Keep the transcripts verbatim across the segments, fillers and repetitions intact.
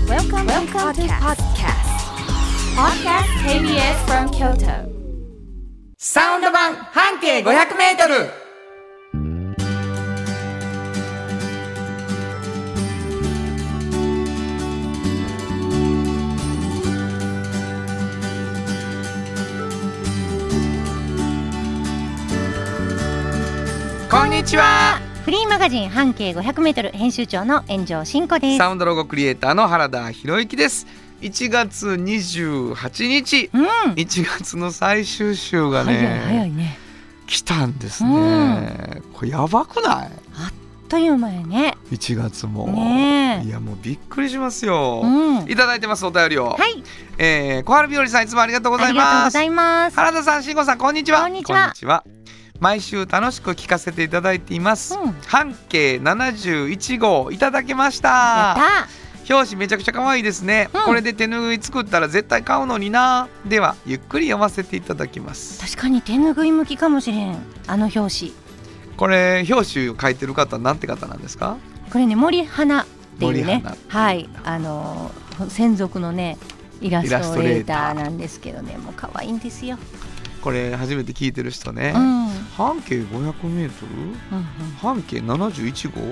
Welcome, Welcome to podcast. Podcast ケービーエス from Kyoto. サウンド版半径ごひゃくメートル。こんにちは。 フリーマガジン半径ごひゃくメートル編集長の炎上真子です。 サウンドロゴクリエイターの原田博之です。いちがつにじゅうはちにち、うん、いちがつの最終週がね、 早い早いね、 来たんですね、うん、これやばくない？ あっという間やね、 いちがつも、 ね、 いやもうびっくりしますよ、 うん、 いただいてますお便りを、 はい、 えー、小春日和さんいつもありがとうございます。 ありがとうございます。 原田さん、慎吾さん、こんにちは。 こんにちは。 こんにちは。毎週楽しく聞かせていただいています、うん、半径ななじゅういち号いただきました。 やった。 表紙めちゃくちゃ可愛いですね、うん、これで手ぬぐい作ったら絶対買うのにな。ではゆっくり読ませていただきます。 確かに手ぬぐい向きかもしれん、あの表紙。 これ表紙を書いてる方なんて方なんですか？ これね、森花っていうね、 森花、 はい、あの専属のねイラストレーターなんですけどね、もう可愛いんですよ。 これ初めて聞いてる人ね、 うん、 半径ごひゃくメートル、うんうん、半径ななじゅういち号、うん、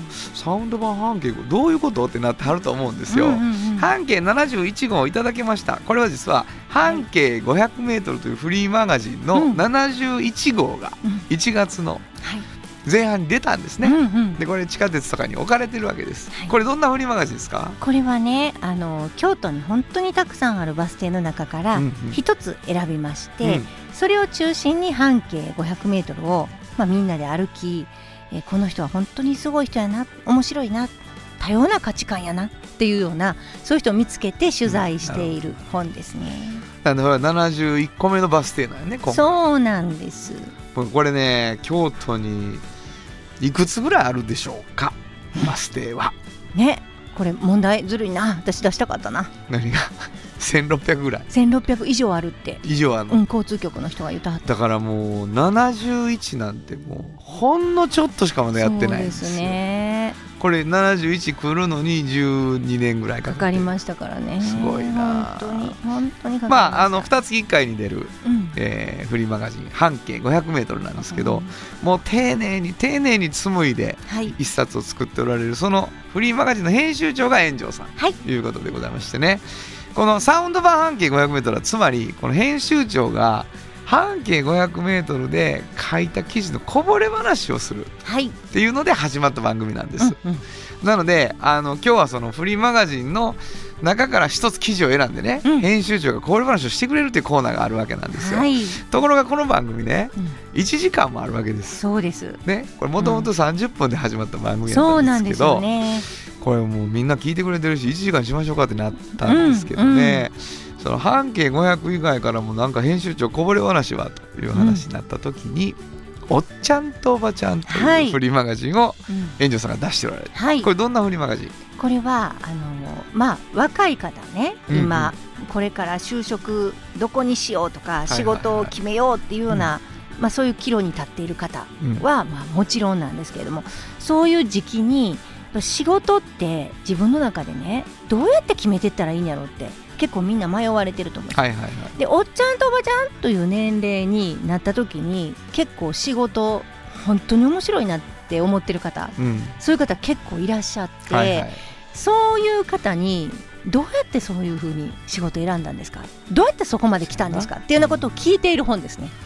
サウンド版半径ごどういうことってなってはると思うんですよ、うんうんうん、半径ななじゅういち号いただきました。これは実は半径ごひゃくメートルというフリーマガジンのななじゅういち号がいちがつの前半に出たんですね、うんうん、でこれ地下鉄とかに置かれてるわけです、はい、これどんなフリーマガジンですか？ これはね、あの京都に本当にたくさんあるバス停の中から一つ選びまして、うんうん、それを中心に半径ごひゃくメートルを、まあ、みんなで歩き、えー、この人は本当にすごい人やな、面白いな、多様な価値観やなっていうような、そういう人を見つけて取材している本ですね、 うん、ななじゅういっこめのバス停なんよね、今回。 そうなんです。 これね、京都にいくつぐらいあるでしょうか、バス停は。 ね、これ問題ずるいな、私出したかったな。 何がせんろっぴゃくぐらい、 せんろっぴゃく以上あるって以上ある、 うん、交通局の人が言ったはった。 だからもうななじゅういちなんてもうほんのちょっとしかまだやってないんですよ。 そうですね、 これななじゅういち来るのにじゅうにねんぐらいかかってかかりましたからね。 すごいな、 本当に本当にかかりました。 まあ、あのふたつきいっかいに出る、うんえー、フリーマガジン半径ごひゃくメートルなんですけど、うん、もう丁寧に丁寧に紡いで一冊を作っておられる、はい、そのフリーマガジンの編集長が炎上さん、はい、ということでございましてね、このサウンド版半径ごひゃくメートルはつまりこの編集長が半径ごひゃくメートルで書いた記事のこぼれ話をするっていうので始まった番組なんです、うんうん、なのであの今日はそのフリーマガジンの中から一つ記事を選んでね、うん、編集長がこぼれ話をしてくれるというコーナーがあるわけなんですよ、はい、ところがこの番組ね、うん、いちじかんもあるわけです。 そうです、 ね、これもともとさんじゅっぷんで始まった番組だったんですけど、 そうなんですよね、 これもうみんな聞いてくれてるしいちじかんしましょうかってなったんですけどね、うんうん、その半径ごひゃく以外からもなんか編集長こぼれ話はという話になった時に、うん、おっちゃんとおばちゃんというフリーマガジンを炎上さんが出しておられる、はい、これどんなフリーマガジン？ これはあの、まあ、若い方ね、今、うんうん、これから就職どこにしようとか仕事を決めようっていうような、はいはいはい、まあ、そういう岐路に立っている方は、うん、まあ、もちろんなんですけれども、そういう時期に仕事って自分の中でね、どうやって決めていったらいいんやろうって結構みんな迷われてると思うんです、はいはいはい、でおっちゃんとおばちゃんという年齢になった時に結構仕事本当に面白いなって思ってる方、うん、そういう方結構いらっしゃって、はいはい、そういう方にどうやってそういう風に仕事選んだんですか、どうやってそこまで来たんですかっていうようなことを聞いている本ですね。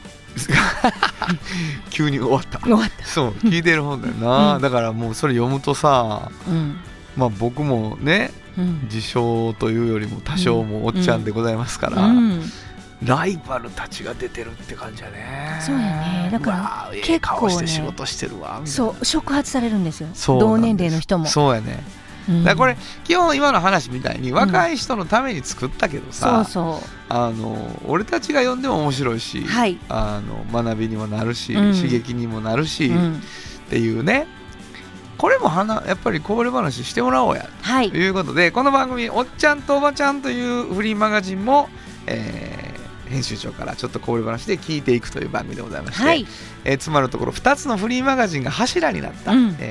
急に終わった終わったそう聞いてる本だよな、うん、だからもうそれ読むとさ、うん、まあ僕もね、うん、自称というよりも多少もおっちゃんでございますから、うんうん、ライバルたちが出てるって感じやね。 そうやね、だから結構ね、ええ顔して仕事してるわみたいな、 そう触発されるんですよ、同年齢の人も。 そうやね、だからこれ基本今の話みたいに若い人のために作ったけどさ、うん、そうそうあの俺たちが読んでも面白いし、はい、あの学びにもなるし、うん、刺激にもなるし、うん、っていうね、これもはなやっぱりこぼれ話してもらおうや、はい、ということでこの番組おっちゃんとおばちゃんというフリーマガジンも、えー、編集長からちょっとこぼれ話で聞いていくという番組でございまして、はい、えー、つまるところふたつのフリーマガジンが柱になった、うん、えー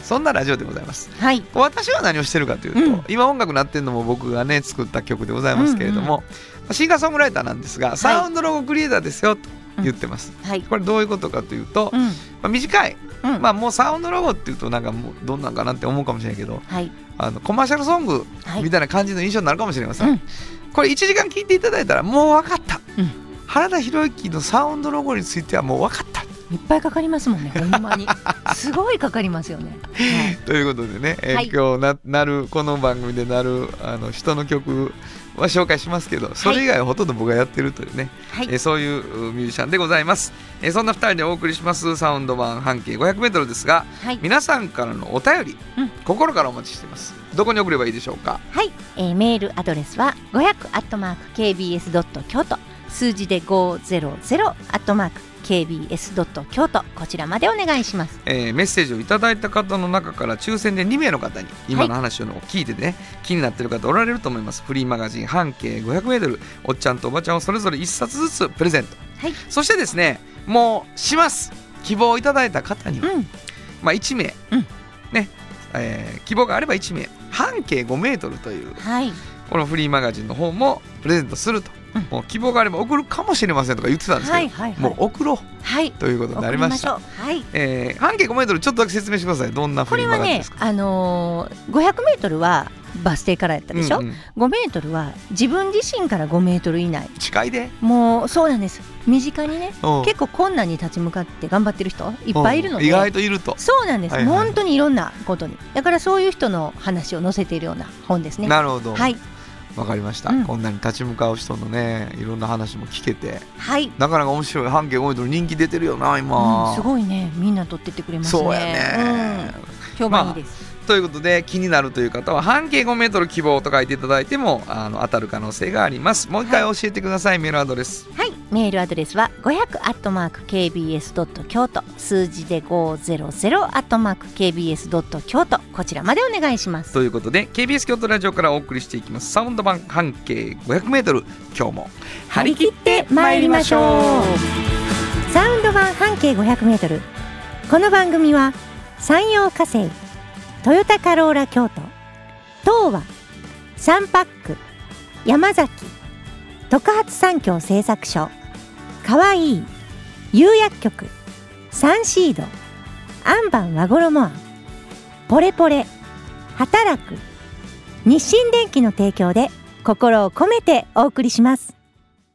そんなラジオでございます、 はい、 私は何をしてるかというと、うん、今音楽なってるのも僕がね作った曲でございますけれども、うんうん、シンガーソングライターなんですがサウンドロゴクリエイターですよと言ってます、うんはい、これどういうことかというと、うんまあ、短い、うんまあ、もうサウンドロゴっていうとなんかもうどんなんかなって思うかもしれないけど、はい、あのコマーシャルソングみたいな感じの印象になるかもしれません、はい、これいちじかん聞いていただいたらもう分かった、うん、原田裕之のサウンドロゴについてはもう分かった、 いっぱいかかりますもんね、ほんまにすごいかかりますよね、 はい、ということでね、えーはい、今日 な, なるこの番組でなるあの人の曲は紹介しますけど、それ以外はほとんど僕がやってるというね、はい、えー、そういうミュージシャンでございます、えー、そんなふたりでお送りしますサウンド版半径 ごひゃくメートル ですが、はい、皆さんからのお便り、うん、心からお待ちしています。どこに送ればいいでしょうか。 はい、えー、メールアドレスは ごひゃく アットマーク ケービーエス ドット 京都、数字でごひゃくアットマークケービーエス ドット 京都、こちらまでお願いします、 えー、メッセージをいただいた方の中から抽選でにめいの方に今の話を聞いてね、はい、気になっている方おられると思います。フリーマガジン半径 ごひゃくメートル、おっちゃんとおばちゃんをそれぞれいっさつずつプレゼント、はい、そしてですねもうします希望をいただいた方には、うんまあ、いちめい、うんねえー、希望があればいちめい半径ごメートルという、はい、このフリーマガジンの方もプレゼントすると、うん、もう希望があれば送るかもしれませんとか言ってたんですけど、はいはいはい、もう送ろう、はい、ということになりました。はいえー、半径ごメートルちょっとだけ説明してください。どんなフリーマガジンですか。 これはね、あのー、ごひゃくメートルはバス停からやったでしょ、うんうん、ごメートルは自分自身からごメートル以内、 近いでもうそうなんです。身近にね結構困難に立ち向かって頑張ってる人いっぱいいるので、 意外といると。 そうなんです、はいはい、本当にいろんなことに、だからそういう人の話を載せているような本ですね。 なるほど、 はい、 わかりました、うん、こんなに立ち向かう人のねいろんな話も聞けて、 はい、 なかなか面白い。半径ごメートル人気出てるよな今、 うん、すごいね、みんな撮ってってくれますね。 そうやね、 うん、評判いいです、 まあということで気になるという方は半径ごメートル希望と書いていただいてもあの当たる可能性があります。もう一回教えてください、はい、メールアドレス。 はい、メールアドレスはごひゃく アットマーク ケービーエス ドット 京都、数字でごひゃく アットマーク ケービーエス ドット 京都、こちらまでお願いします。 ということで ケービーエス 京都ラジオからお送りしていきますサウンド版半径ごひゃくメートル、今日も張り切って参りましょう。サウンド版半径ごひゃくメートル、この番組は山陽火星、トヨタカローラ京都、東和、サンパック、山崎、特発産業製作所、かわいい、釉薬局、サンシード、アンバン和衣庵、ポレポレ、働く、日清電機の提供で心を込めてお送りします。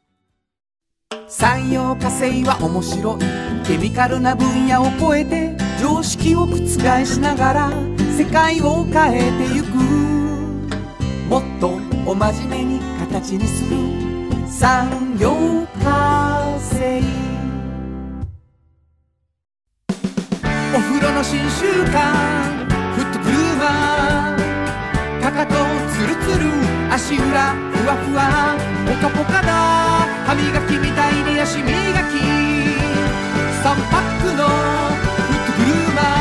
産業化成は面白いケミカルな分野を超えて常識を覆しながら世界を変えてゆく、もっとお真面目に形にする産業化成。お風呂の新習慣フットグルーマー、かかとツルツル足裏ふわふわポカポカだ、歯磨きみたいに足磨きさんパックのフットグルーマ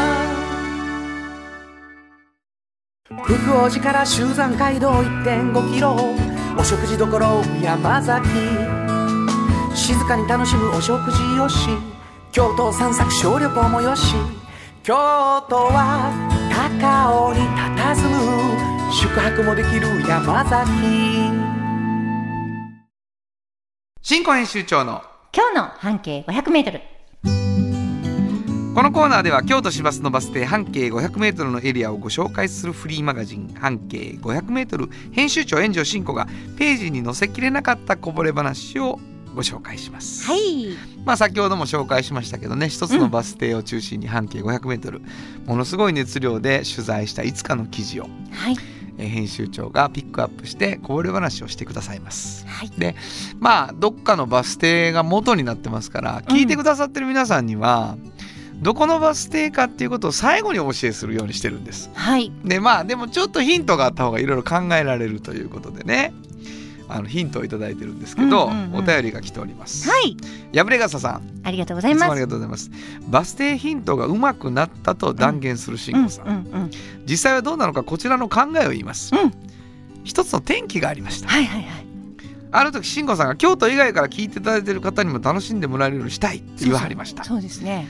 ー。福王寺から集山街道 いってんごキロ、お食事処山崎、静かに楽しむお食事よし、京都散策小旅行もよし、京都は高尾に佇む宿泊もできる山崎。 新庫編集長の今日の半径ごひゃくメートル。 このコーナーでは京都市バスのバス停半径ごひゃくメートルのエリアをご紹介するフリーマガジン半径ごひゃくメートル、編集長円城新子がページに載せきれなかったこぼれ話をご紹介します。 はい、 まあ、先ほども紹介しましたけどね、一つのバス停を中心に半径ごひゃくメートル、ものすごい熱量で取材したいつかの記事を、はい、え編集長がピックアップしてこぼれ話をしてくださいます。はい、でまあどっかのバス停が元になってますから、聞いてくださってる皆さんには、うん、どこのバス停かっていうことを最後にお教えするようにしてるんです。 はい、 でまあでもちょっとヒントがあった方がいろいろ考えられるということでね、あのヒントをいただいてるんですけど、うんうんうん、お便りが来ております。 はい、 やぶれがささん、 ありがとうございます。 いつもありがとうございます。バス停ヒントがうまくなったと断言する慎吾さん、うんうんうんうん、実際はどうなのかこちらの考えを言います。うん、一つの転機がありました。 はいはいはい。 ある時慎吾さんが京都以外から聞いていただいている方にも楽しんでもらえるようにしたいって言わはりました。 そうそうそうですね。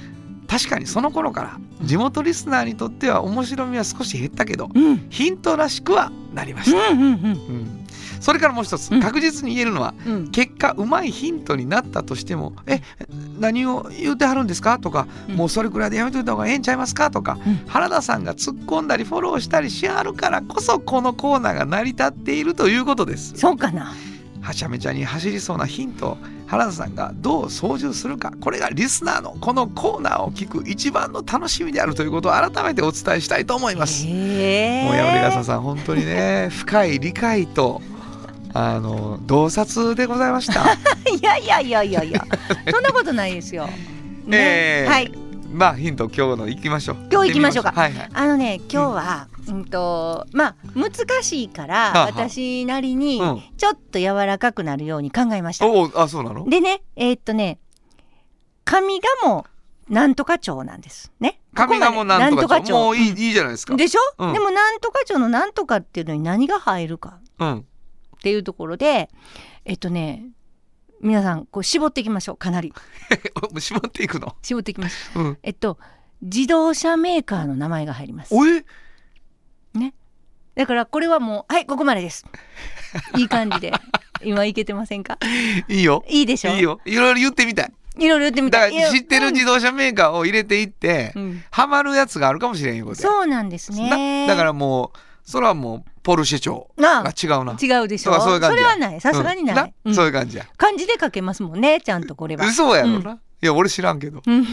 確かにその頃から地元リスナーにとっては面白みは少し減ったけど、 うん、 ヒントらしくはなりました、 うんうんうんうん、それからもう一つ、うん、確実に言えるのは、うん、結果うまいヒントになったとしても、え何を言うてはるんですかとか、うん、もうそれくらいでやめといた方がええんちゃいますかとか、うん、原田さんが突っ込んだりフォローしたりしはるからこそこのコーナーが成り立っているということです。 そうかな。 はちゃめちゃに走りそうなヒントを原田さんがどう操縦するか、これがリスナーのこのコーナーを聞く一番の楽しみであるということを改めてお伝えしたいと思います。もうやぶれがささん本当にね深い理解とあの洞察でございましたいやいやいやいやいやそんなことないですよ、ねえー、 はい、 まあヒント今日の行きましょう。 今日行きましょうか。 はいはい、 あのね今日は、うんうんとまあ、難しいから、はあはあ、私なりにちょっと柔らかくなるように考えました。 うん、おあそうなのでねえー、っとね上賀茂なんとか町なんですね。 上賀茂なんとか町もういい、うん、いいじゃないですか。 でしょ、 うん、 でもなんとか町のなんとかっていうのに何が入るか、うん、っていうところでえっとね皆さんこう絞っていきましょう。かなり絞っていくの絞っていきます、うん、えっと自動車メーカーの名前が入ります。 おえね、だからこれはもうはいここまでですいい感じで今いけてませんか？ いいよいいでしょ。 いいよ、いろいろ言ってみたい。 いろいろ言ってみたい。 だから知ってる自動車メーカーを入れていって、うん、ハマるやつがあるかもしれんよ。 そうなんですね。 だからもうそれはもうポルシェ町が違うな。 違うでしょ。そういう感じ。それはない、さすがにない、 うん、そういう感じや。 漢字で書けますもんねちゃんとこれは。 そうやろな、うん、いや俺知らんけど、うんうん、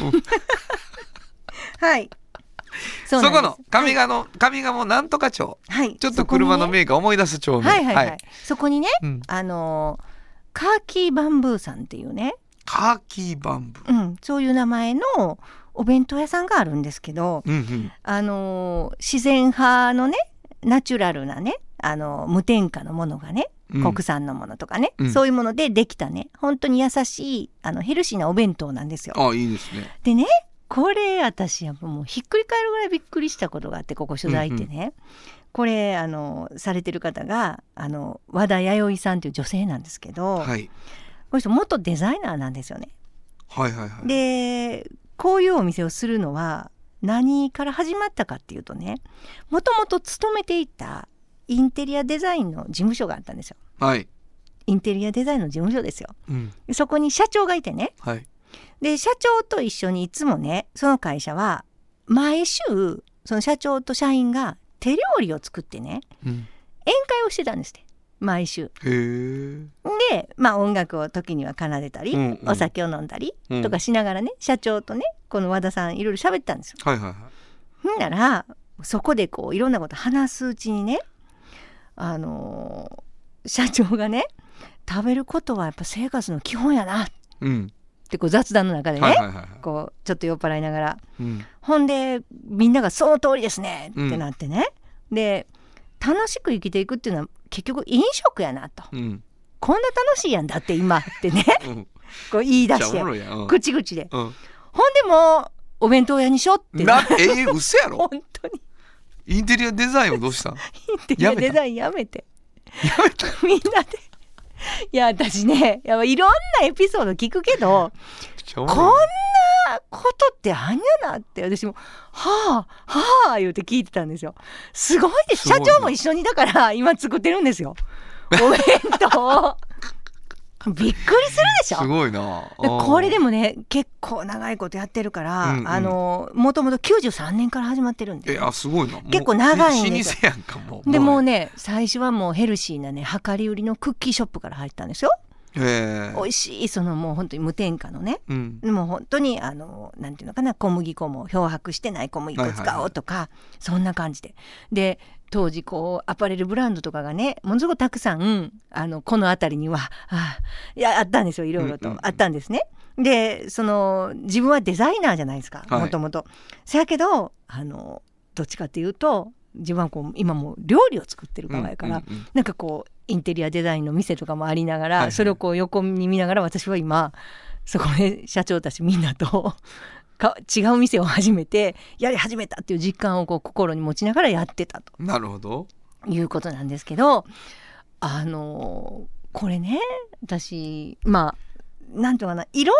はいそ, そこの上賀茂、上賀茂なんとか町、はい、ちょっと車のメーカー思い出す町名、 はいはいはいはい、そこにね、うん、あのカーキーバンブーさんっていうねカーキーバンブー、 うん、そういう名前のお弁当屋さんがあるんですけど、うんうん、あの自然派のねナチュラルなねあの無添加のものがね、うん、国産のものとかね、うん、そういうものでできたね本当に優しいあのヘルシーなお弁当なんですよ。 あ、いいですね。 でねこれ私はもうひっくり返るぐらいびっくりしたことがあって、ここ取材行ってね、うんうん、これあのされてる方があの和田弥生さんという女性なんですけど、はい、この人元デザイナーなんですよね。 はいはいはい、 でこういうお店をするのは何から始まったかっていうとね、もともと勤めていたインテリアデザインの事務所があったんですよ。 はい、インテリアデザインの事務所ですよ、うん、そこに社長がいてね、はい、で社長と一緒にいつもねその会社は毎週その社長と社員が手料理を作ってね、うん、宴会をしてたんですって毎週。 へー。 で、まあ、音楽を時には奏でたり、うんうん、お酒を飲んだりとかしながらね、うん、社長とねこの和田さんいろいろ喋ってたんですよ。 はいはいはい。 ほんならそこでこういろんなこと話すうちにね、あのー、社長がね食べることはやっぱ生活の基本やな、うん、ってこう雑談の中でね、はいはいはい、こうちょっと酔っ払いながら、うん、ほんでみんながその通りですねってなってね、うん、で楽しく生きていくっていうのは結局飲食やなと、うん、こんな楽しいやんだって今ってね、うん、こう言い出して、うん、口々で、うん、ほんでもお弁当屋にしようってなえー、嘘やろ本当にインテリアデザインをどうしたん？インテリアデザインやめてやめたみんなでいや私ねやっぱいろんなエピソード聞くけどこんなことってあんやなって私もはあはあ言うて聞いてたんですよ。すごいです。社長も一緒にだから今作ってるんですよお弁当びっくりするでしょ。 すごいな。 これでもね結構長いことやってるから、うんうん、あのもともときゅうじゅうさんねんから始まってるんで、 えあすごいな。 結構長いんですよ。 老舗やんかもう。でもうね最初はもうヘルシーなね量り売りのクッキーショップから入ったんですよ。へ美味しいそのもう本当に無添加のね、うん、でも本当にあのなんていうのかな小麦粉も漂白してない小麦粉使おうとか、はいはいはい、そんな感じでで当時こうアパレルブランドとかがねものすごくたくさんあのこの辺りには あ, いやあったんですよ。いろいろとあったんですね、うんうんうん、でその自分はデザイナーじゃないですかもともと。せやけどあのどっちかっていうと自分はこう今もう料理を作ってる側やから、うんうんうん、なんかこうインテリアデザインの店とかもありながら、はいはい、それをこう横に見ながら私は今そこで社長たちみんなとか違う店を始めてやり始めたっていう実感をこう心に持ちながらやってたと。 なるほどいうことなんですけど、あのこれね私まあなんていうかないろん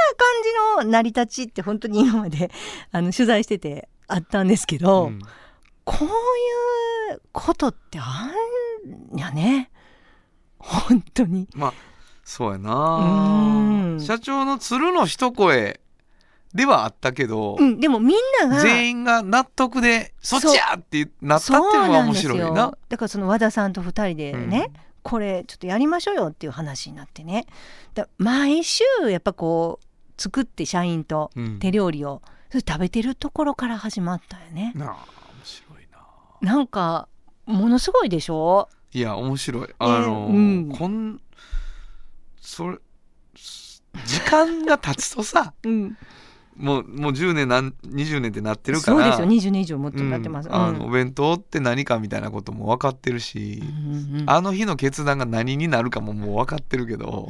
感じの成り立ちって本当に今まであの取材しててあったんですけど、うん、こういうことってあんやね本当に。 まあそうやな、社長の鶴の一声ではあったけど、 うん、でもみんなが全員が納得でそっちやってなったっていうのが面白い な, なだからその和田さんとふたりでね、うん、これちょっとやりましょうよっていう話になってね、だ毎週やっぱこう作って社員と手料理を、うん、食べてるところから始まったよね。 なあ面白いな。なんかものすごいでしょ。 いや面白い。あの、えーうん、こんそれ時間が経つとさ、うん、もう、もうじゅうねんなんにじゅうねんってなってるから。 そうですよ、にじゅうねん以上もっとなってます、 うん、あのお弁当って何かみたいなことも分かってるし、うんうん、あの日の決断が何になるかももう分かってるけど、うん、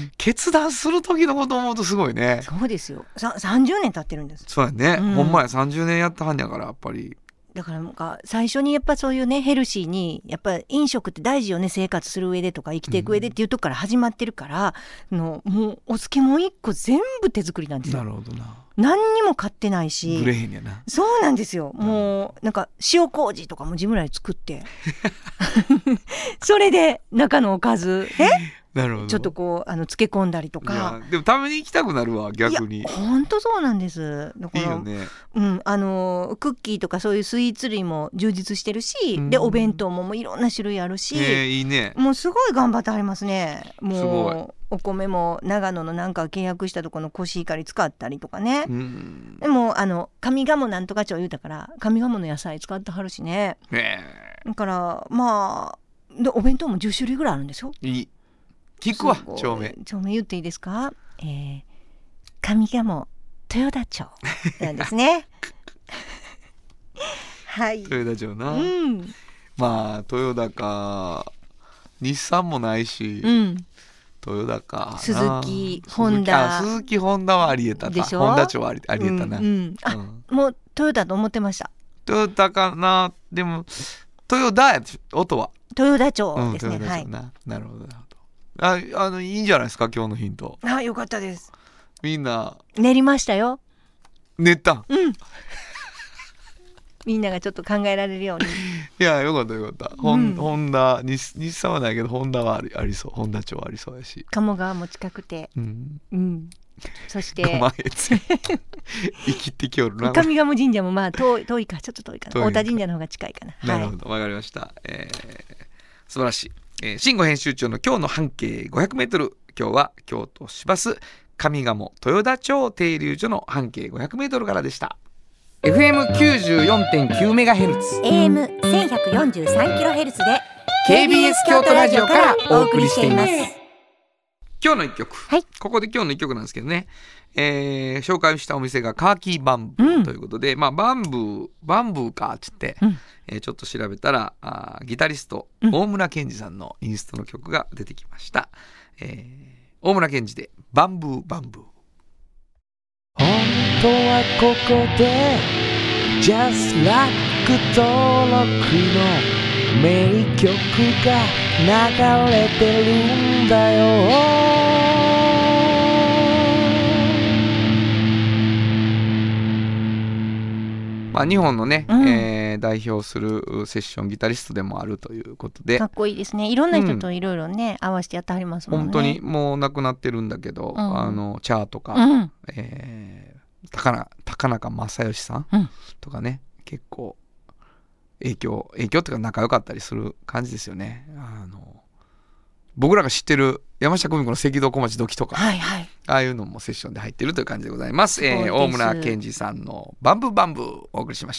決断する時のことを思うとすごいね。 そうですよ、ささんじゅうねん経ってるんです。 そうやね、うん、ほんまやさんじゅうねんやったはんやからやっぱり。 だからなんか最初にやっぱそういうねヘルシーにやっぱ飲食って大事よね、生活する上でとか生きていく上でっていうとこから始まってるから、うん、のもうお漬物いっこ全部手作りなんですよ。 なるほどな。 何にも買ってないし。 ブレへんやな。 そうなんですよ。もうなんか塩麹とかも自分らで作ってそれで中のおかずえなるほど、 ちょっとこうあの漬け込んだりとか。 でも食べに行きたくなるわ逆に。 本当そうなんです。だからいいよね、うん、あのクッキーとかそういうスイーツ類も充実してるし、うん、でお弁当ももういろんな種類あるし、 えー、いいね。 もうすごい頑張ってありますね。もうお米も長野のなんか契約したところのコシヒカリ使ったりとかね、うん、でもあの上賀茂なんとか町言うたから上賀茂の野菜使ってはるしね、えー、だからまあでお弁当もじゅっしゅるいぐらいあるんですよ。 いい聞くわ。町名町名言っていいですか。えー、上賀茂豊田町なんですねはい豊田町な、 うん、 まあ豊田か日産もないし、うん、豊田か鈴木ホンダ鈴木ホンダはありえたか。ホンダ町はありえたな、うんうんあうん、もうトヨタと思ってました。 トヨタかな。でもトヨタや音は豊田町ですね、 うん、 はい。 なるほどなるほど。ああのいいんじゃないですか今日のヒント。 あよかったです。 みんな練りましたよ。 練ったうんみんながちょっと考えられるように。 いやよかったよかった、うん、ホンダ 日, 日産はないけどホンダはあ り, ありそう。ホンダ町はありそうやし鴨川も近くて、うんうん、そして生きてきおるな。 上賀茂神社もまあ 遠, 遠いかちょっと遠いかな。太田神社の方が近いかな。 なるほど、わかりました、えー、素晴らしい。えー、慎吾編集長の今日の半径 ごひゃくメートル。今日は京都市バス上賀茂豊田町停留所の半径 ごひゃくメートルからでした。 エフエムきゅうじゅうよんてんきゅうメガヘルツエーエムせんひゃくよんじゅうさんキロヘルツ でケービーエス 京都ラジオからお送りしています。今日の一曲、はい、ここで今日の一曲なんですけどね、えー、紹介したお店がカーキーバンブーということで、うん、まあバンブーバンブーかっつって、うんえー、ちょっと調べたらあギタリスト、うん、大村健二さんのインストの曲が出てきました、えー、大村健二でバンブーバンブー。 本当はここで Just Like 登録の名曲が流れてるんだよ。 まあ、日本のね、うんえー、代表するセッションギタリストでもあるということでかっこいいですね。いろんな人といろいろね、うん、合わせてやってはりますもんね。 本当にもう亡くなってるんだけど、うん、あのチャーとか、うんえー、高な高中正義さん、うん、とかね結構影響影響っていうか仲良かったりする感じですよね。あの僕らが知ってる山下久美子の赤道小町土器とか、はいはい、ああいうのもセッションで入ってるという感じでございます。すえー、大村健二さんのバンブーバンブーお送りしました。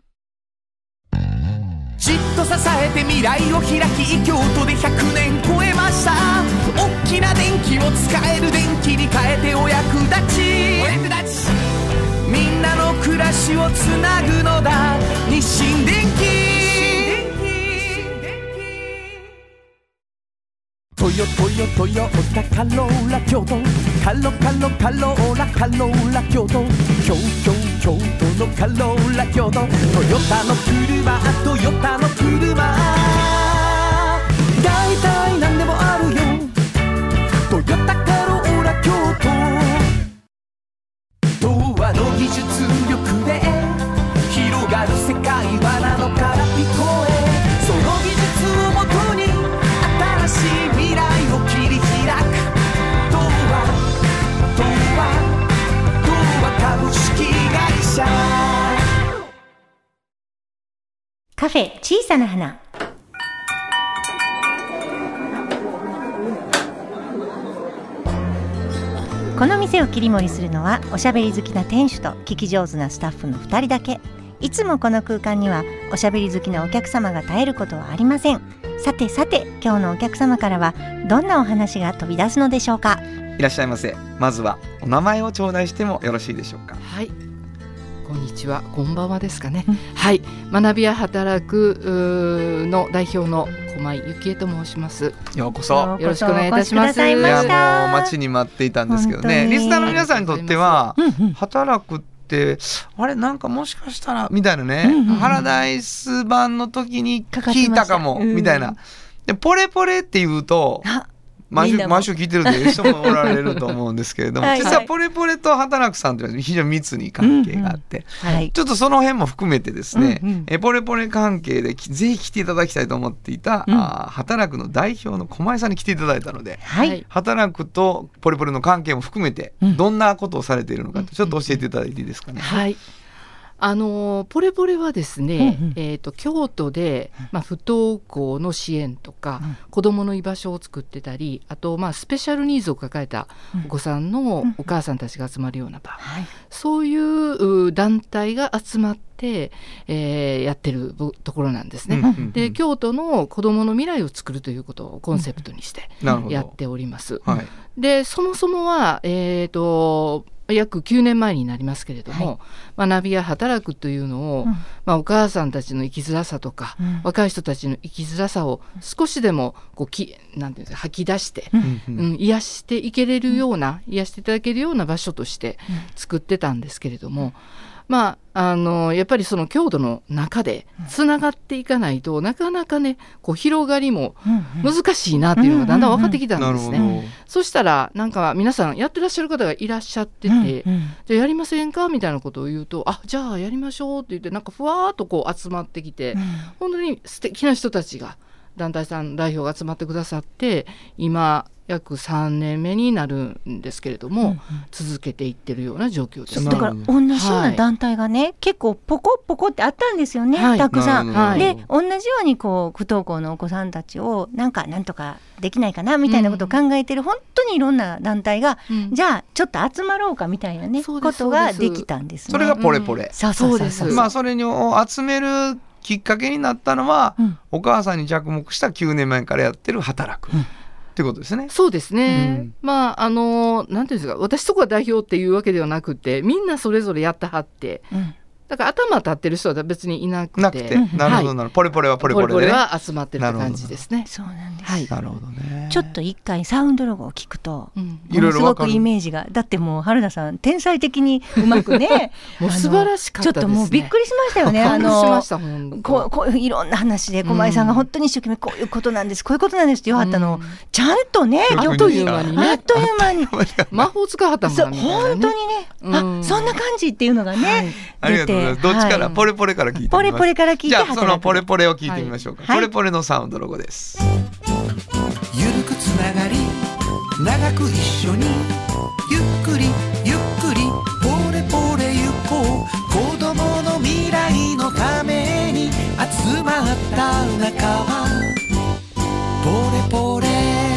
じっと支えて未来を開き京都でひゃくねん超えました。大きな電気を使える電気に変えてお役立ちお役立ちみんなの暮らしをつなぐのだ日清電気。トヨトヨトヨタカローラ京都カロカロカローラカローラ京都京京京都のカローラ京都トヨタの車トヨタの車だいたいなんでもあるよトヨタカローラ京都カフェ小さな花。この店を切り盛りするのはおしゃべり好きな店主と聞き上手なスタッフのふたりだけ。いつもこの空間にはおしゃべり好きなお客様が絶えることはありません。さてさて、今日のお客様からはどんなお話が飛び出すのでしょうか。 いらっしゃいませ。まずはお名前を頂戴してもよろしいでしょうか。 はい、こんにちは、こんばんはですかね、うん、はい、学びや働くの代表の駒井幸恵と申します。 ようこそよろしくお願いいたします。 いやもう待ちに待っていたんですけどね、リスナーの皆さんにとっては働くってあれなんかもしかしたらみたいなね、うんうん、パラダイス版の時に聞いたかもみたいな、うん、でポレポレって言うと毎週毎週聞いてるという人もおられると思うんですけれどもはい、実はポレポレと働くさんというのは非常に密に関係があって、うんうんはい、ちょっとその辺も含めてですね、うんうん、えポレポレ関係でぜひ来ていただきたいと思っていた、うん、あ働くの代表の駒井さんに来ていただいたので、はい、働くとポレポレの関係も含めてどんなことをされているのかちょっと教えていただいていいですかね。 はい、あのポレポレはですね、うんうんえー、と京都で、まあ、不登校の支援とか、うん、子どもの居場所を作ってたり、あと、まあ、スペシャルニーズを抱えたお子さんのお母さんたちが集まるような場、うんうん、そういう団体が集まって、えー、やってるところなんですね、うんうんうん、で京都の子どもの未来を作るということをコンセプトにしてやっております、うんはい、でそもそもは、えーと約きゅうねんまえになりますけれども、はい、学びや働くというのを、うんまあ、お母さんたちの生きづらさとか、うん、若い人たちの生きづらさを少しでもこうきなんていうんですか吐き出して、うんうん、癒していけれるような、うん、癒していただけるような場所として作ってたんですけれども、うんまあ、あのやっぱりその郷土の中でつながっていかないと、うん、なかなかねこう広がりも難しいなっていうのがだんだん分かってきたんですね、うんうんうん、そしたらなんか皆さんやってらっしゃる方がいらっしゃってて、うんうん、じゃあやりませんかみたいなことを言うと、あじゃあやりましょうって言ってなんかふわーっとこう集まってきて、うん、本当に素敵な人たちが団体さん代表が集まってくださって今約さんねんめになるんですけれども、うんうん、続けていってるような状況です。 だから同じような団体がね、はい、結構ポコポコってあったんですよね、はい、たくさん、はい、で同じようにこう不登校のお子さんたちをなんかなんとかできないかなみたいなことを考えてる、うん、本当にいろんな団体が、うん、じゃあちょっと集まろうかみたいなねことができたんですね。 それがポレポレ、 うん、そうそうそうそう、 まあそれを集めるきっかけになったのは、うん、お母さんに着目したきゅうねんまえからやってる働く、うんってことですね。 そうですね、うん、まああのなんていうんですか、私とこは代表っていうわけではなくてみんなそれぞれやってはって、うん、だから頭立ってる人は別にいなくてなくて、なるほどなるほど、ポレポレはポレポレで、ね、 ポレポレは集まってるって感じですね。 そうなんです、 はい、なるほどね。 ちょっと一回サウンドロゴを聞くと、うん、ものすごくイメージが、だってもう春菜さん天才的にうまくねもう素晴らしかったですね。 ちょっともうびっくりしましたよね。 あのしましたこうこういろんな話で駒井さんが本当に一生懸命こういうことなんです、こういうことなんですって言わはったのを、うん、ちゃんとねあっという間にねあっという間に魔法使わはったもんね。 本当にね、うん、あそんな感じっていうのがね、はい、 ありがとうございます。どっちから、はい、ポレポレから聞いてみます。 ポレポレから聞いて、 じゃあそのポレポレを聞いてみましょうか、はい、ポレポレのサウンドロゴです。 ゆるくつながり長く一緒にゆっくりゆっくりポレポレゆこう子供の未来のために集まった仲はポレポレ。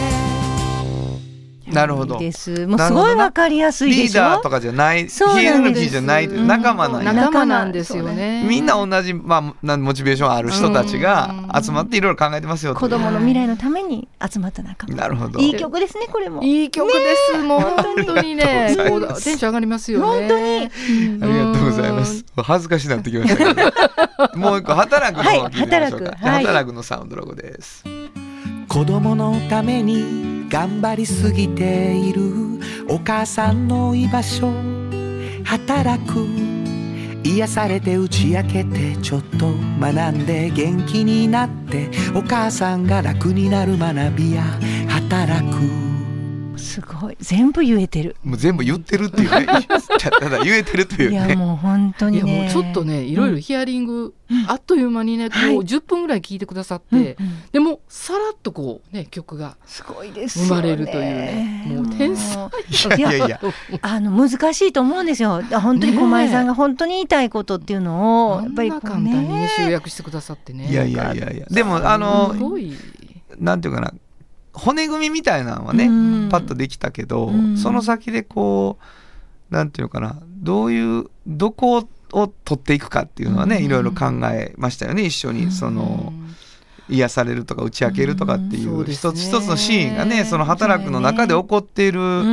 なるほど、 いいです。もうすごいわかりやすいでしょ。 リーダーとかじゃない、ヒエラルキーじゃない、うん、仲間なんや、 仲間なんですよね。 みんな同じ、まあ、モチベーションある人たちが集まっていろいろ考えてますよと。 子供の未来のために集まった仲間。 なるほど、 いい曲ですね。これもいい曲です、ね、もう本当にねテンション上がりますよね。 本当に、 うん、ありがとうございます。恥ずかしくなってきましたけどもう一個働くのを聞いてみましょうか、はい、働く、働くのサウンドロゴです。 子供のために頑張りすぎているお母さんの居場所働く癒されて打ち明けてちょっと学んで元気になってお母さんが楽になる学びや働く。 すごい全部言えてる。 もう全部言ってるっていうねただ言えてるというね。 いやもう本当にね、 いやもうちょっとねいろいろヒアリング、うん、あっという間にねこうじゅっぷんぐらい聞いてくださって、うんうん、でもさらっとこうね曲がすごいですよね、 生まれるというね、もう天才。 いやいやいやあの難しいと思うんですよ。本当に駒井さんが本当に言いたいことっていうのをやっぱりこう、ね、 あんな簡単にね集約してくださってね。 いやいやいやいやでもあのすごいなんていうかな骨組みみたいなのはね、 うんパッとできたけど、 うん、 その先でこうなんていうかなどういうどこを取っていくかっていうのはね、うん、いろいろ考えましたよね一緒に。その、うん癒されるとか打ち明けるとかっていう、うん、一つ一つのシーンがねその働くの中で起こっている、うん、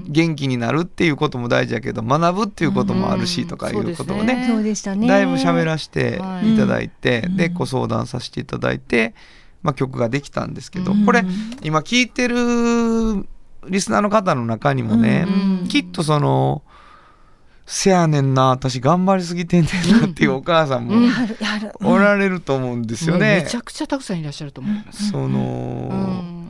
元気になるっていうことも大事やけど学ぶっていうこともあるしとかいうことをね、 そうでしたね、 だいぶ喋らせていただいて、はい、でご相談させていただいて、まあ、曲ができたんですけど、うん、これ今聞いてるリスナーの方の中にもね、うん、きっとそのせやねんな私頑張りすぎてんねんなっていうお母さんもおられると思うんですよね、 めちゃくちゃたくさんいらっしゃると思います。 その、うん、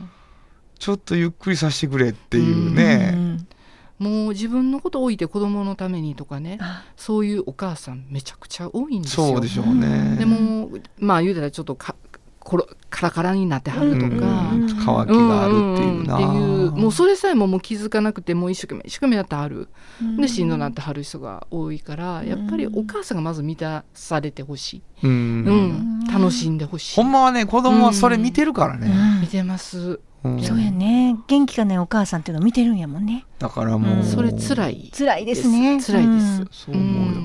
ちょっとゆっくりさせてくれっていうね、 うん、もう自分のことを置いて子供のためにとかね、そういうお母さんめちゃくちゃ多いんですよ。 そうでしょうね。 でもまあ言うたらちょっとかコロカラカラになってはるとか、うん、 渇きがあるっていうな、 うんうん、っていうもうそれさえももう気づかなくてもう一生懸命一生懸命やってはる、うん、でしんどなってはる人が多いから、やっぱりお母さんがまず満たされてほしい、うんうん、楽しんでほしい。 ほんまはね子供はそれ見てるからね、 うん、見てます、 うん、そうやね、元気がないお母さんっていうのを見てるんやもんね。 だからもう、うん、 それ辛い辛いですね。 辛いです、うん、 そう思うよ、うん、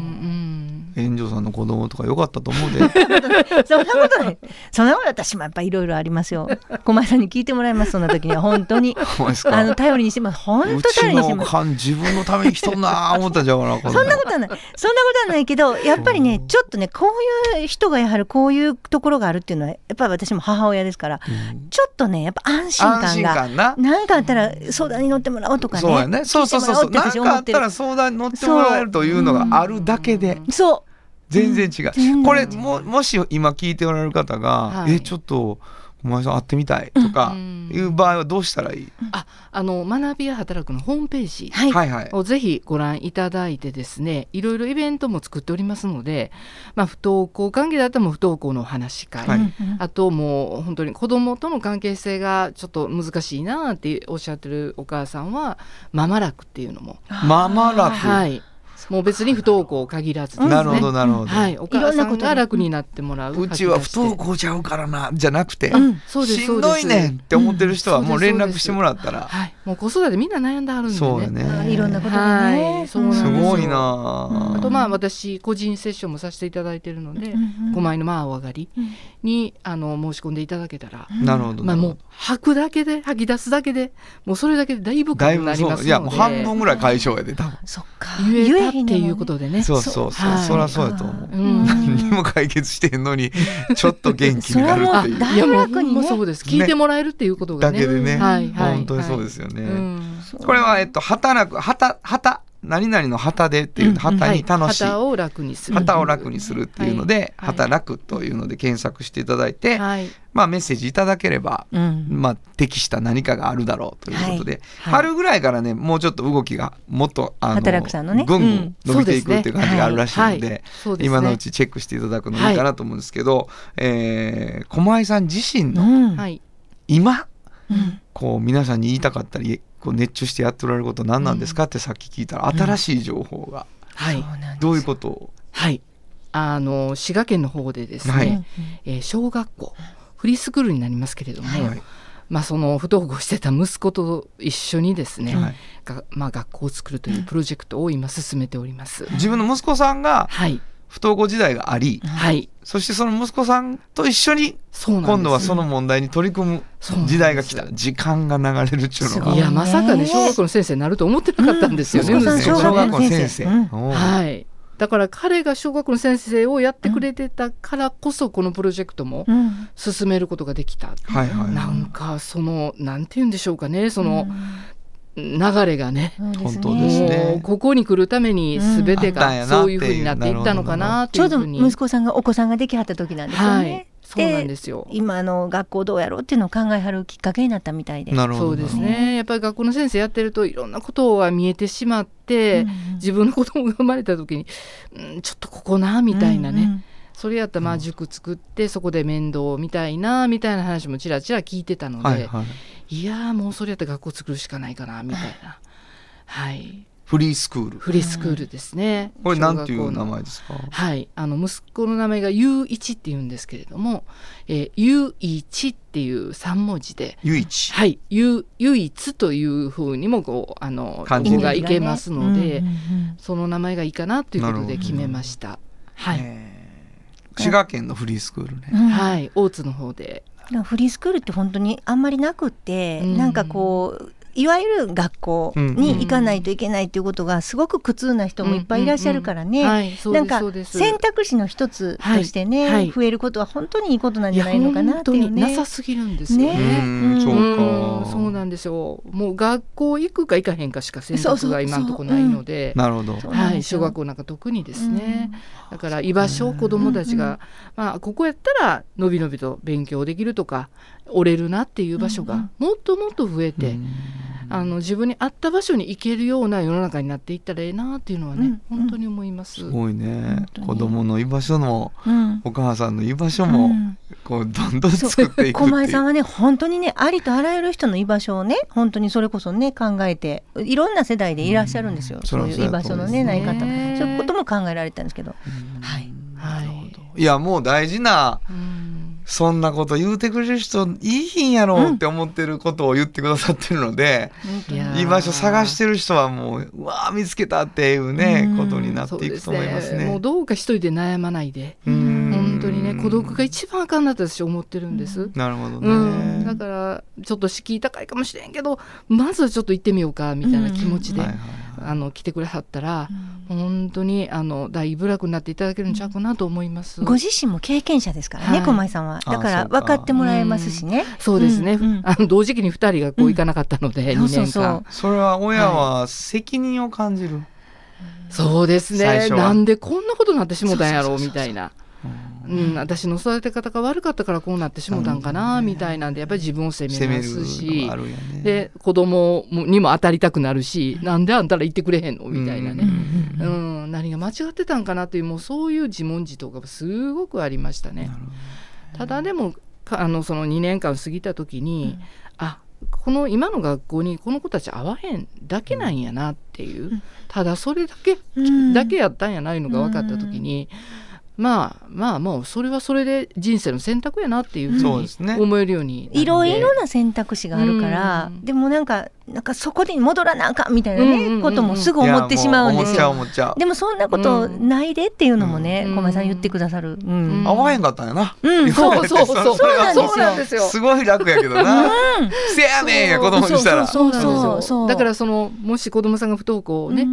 炎上さんの子供とか良かったと思うでそんなことないそんなこと私もやっぱいろいろありますよ。駒井さんに聞いてもらいます。そんな時には本当にあの頼りにしてます。本当頼りにしてます。 うちの自分のために来とんな思ったんじゃうかなそんなことはないそんなことはないけどやっぱりねちょっとねこういう人がやはりこういうところがあるっていうのはやっぱり私も母親ですから、うん、ちょっとねやっぱ安心感がな何かあったら相談に乗ってもらおうとかね、 そうやね、そうそうそうそう何かあったら相談に乗ってもらえるというのがあるだけで、 そう全然違う、うん、これ も, もし今聞いておられる方が、はい、えちょっとお前さん会ってみたいとかいう場合はどうしたらいい？ ああの学びや働くのホームページをぜひご覧いただいてですね、いろいろイベントも作っておりますので、まあ、不登校関係だったらもう不登校のお話し会、はい、あともう本当に子どもとの関係性がちょっと難しいなっておっしゃってるお母さんはママ楽っていうのもママ楽、 はい、もう別に不登校限らずですね、 なるほどなるほど、 はい、お母さんが楽になってもらう、 うちは不登校ちゃうからなじゃなくて、うん、しんどいねんって思ってる人はもう連絡してもらったら、うん、 はい、もう子育てみんな悩んであるんでね、 そうやね、 いろんなことがね、 はい、そうなんですよ。 すごいな、 あとまあ私個人セッションもさせていただいているので、狛江のまあお上がりにあの申し込んでいただけたら、 なるほど、 まあ、もう吐くだけで吐き出すだけでもうそれだけでだいぶ軽くなりますので、 いやもう半分ぐらい解消やで多分、 そっか言えたっていうことでね、 そうそうそう、はい、そりゃそうやと思う、うん、何にも解決してんのにちょっと元気になるっていう、 だいぶ楽にね、 もうそうです、聞いてもらえるっていうことがね、 だけでね、 はいはい、 本当にそうですよね、 はい、うん、 これはえっと働く旗旗何々の旗でっていう、うん、旗に楽しい、 旗を楽にする旗を楽にするっていうので、はい、働くというので検索していただいて、はい、まあメッセージいただければ、うん、まあ適した何かがあるだろうということで、はい、春ぐらいからねもうちょっと動きがもっとあの働くさんのね、 ぐんぐん伸びていくっていう感じがあるらしいので、 うん、でね、 今のうちチェックしていただくのもいいかなと思うんですけど、はい、えー、駒井さん自身の、うん、今、うん、こう皆さんに言いたかったりこう熱中してやっておられること何なんですかってさっき聞いたら、新しい情報が、 はい、 どういうことを、 はい、あの滋賀県の方でですね、はい、えー、小学校フリースクールになりますけれども、はい、まあ、その不登校してた息子と一緒にですね、はい、がまあ、学校を作るというプロジェクトを今進めております。 自分の息子さんが、 はい、 不登校時代があり、はい、そしてその息子さんと一緒に今度はその問題に取り組む時代が来た、時間が流れるっていうのが、 いやまさかね小学校の先生になると思ってなかったんですよね、 うん、小学校の先生、うん、 はい、だから彼が小学校の先生をやってくれてたからこそこのプロジェクトも進めることができた、うん、はいはい、なんかそのなんて言うんでしょうかね、その、うん、流れがね、 本当ですね、 ここに来るために全てがそういうふうになっていったのかなっていうふうに、 ちょうど息子さんがお子さんができはった時なんですよね、はい、 そうなんですよ。 今の学校どうやろうっていうのを考えはるきっかけになったみたいで、 なるほど、 そうですね、やっぱり学校の先生やってるといろんなことが見えてしまって、うんうん、自分の子供が生まれた時に、うん、ちょっとここなみたいなね、うんうん、 それやったらまあ塾作ってそこで面倒みたいなみたいな話もちらちら聞いてたので、はいはい、いやもうそれやったら学校作るしかないかなみたいな、はい、 フリースクールフリースクールですね。 これなんていう名前ですか？ はい、あの息子の名前がゆういちっていうんですけれども、えー、ゆいちっていうさん文字でゆいち、 はい、ゆ唯一というふうにもこうあの漢字がいけますので、ね、うんうんうん、その名前がいいかなということで決めました。はい、 滋賀県のフリースクールね、 うん、はい大津の方で。 フリースクールって本当にあんまりなくって、うん、なんかこういわゆる学校に行かないといけないということがすごく苦痛な人もいっぱいいらっしゃるからね、なんか選択肢の一つとしてね、はいはい、増えることは本当にいいことなんじゃないのかなっていうね。 本当になさすぎるんですよね。ね、 うん、そうか、 そうなんですよ。もう学校行くか行かへんかしか選択が今のところないので、 なるほど、 はい、小学校なんか特にですね、うん、だから居場所を子どもたちが、うんうん、まあ、ここやったらのびのびと勉強できるとか折れるなっていう場所がもっともっと増えて、うん、あの自分に合った場所に行けるような世の中になっていったらええなっていうのはね、うん、本当に思います。 すごいね、子供の居場所も、うん、お母さんの居場所も、うん、こうどんどん作っていくっていう。 駒井さんはね本当にねありとあらゆる人の居場所をね本当にそれこそね考えていろんな世代でいらっしゃるんですよ、うん、そういう居場所のねない方、そういうことも考えられたんですけど、はい、 はい、いやもう大事な、うん、そんなこと言うてくれる人いいひんやろって思ってることを言ってくださってるので、うん、居場所探してる人はもううわー見つけたっていうね、うん、ことになっていくと思いますね。 もうどうか一人で悩まないで、うん本当にね孤独が一番あかんなって私思ってるんです、 うん、なるほどね、 うん、だからちょっと敷居高いかもしれんけどまずはちょっと行ってみようかみたいな気持ちで、うんはいはいはい、あの来てくれはったら、うん、本当にあの大部落になっていただけるんちゃうかなと思います、 うん、ご自身も経験者ですからね、はい、駒井さんはだから分かってもらえますしね、 うん、そうですね、うんうん、あの同時期にふたりがこう行かなかったので、うん、にねんかん、そうそうそう、 それは親は責任を感じる、はい、 そうですね、なんでこんなことになってしもたんやろうみたいな、うん、私の育て方が悪かったからこうなってしもたんかなみたいなんでやっぱり自分を責めますし、ね、で子供にも当たりたくなるし、うん、なんであんたら言ってくれへんのみたいなね、うんうんうん、何が間違ってたんかなというもうそういう自問自答がすごくありましたね。ただでもあのそのにねんかん過ぎた時に、うん、あこの今の学校にこの子たち合わへんだけなんやなっていう、うん、ただそれだけ、うん、だけやったんやないのが分かった時に、うん、まあまあもうそれはそれで人生の選択やなっていうふうに思えるようになるので、 いろいろな選択肢があるから、うん、でもなんかなんかそこで戻らなあかんみたいなね、うんうんうん、こともすぐ思ってしまうんですよ。でもそんなことないでっていうのもね、うん、駒井さん言ってくださる、うんうん、合わへんかったんやな、 うん、そうそうそうそうなんですよ。 すごい楽やけどな、うん、せやねんや子供にしたら、 そうそうそうそう、だからそのもし子供さんが不登校をね、うん、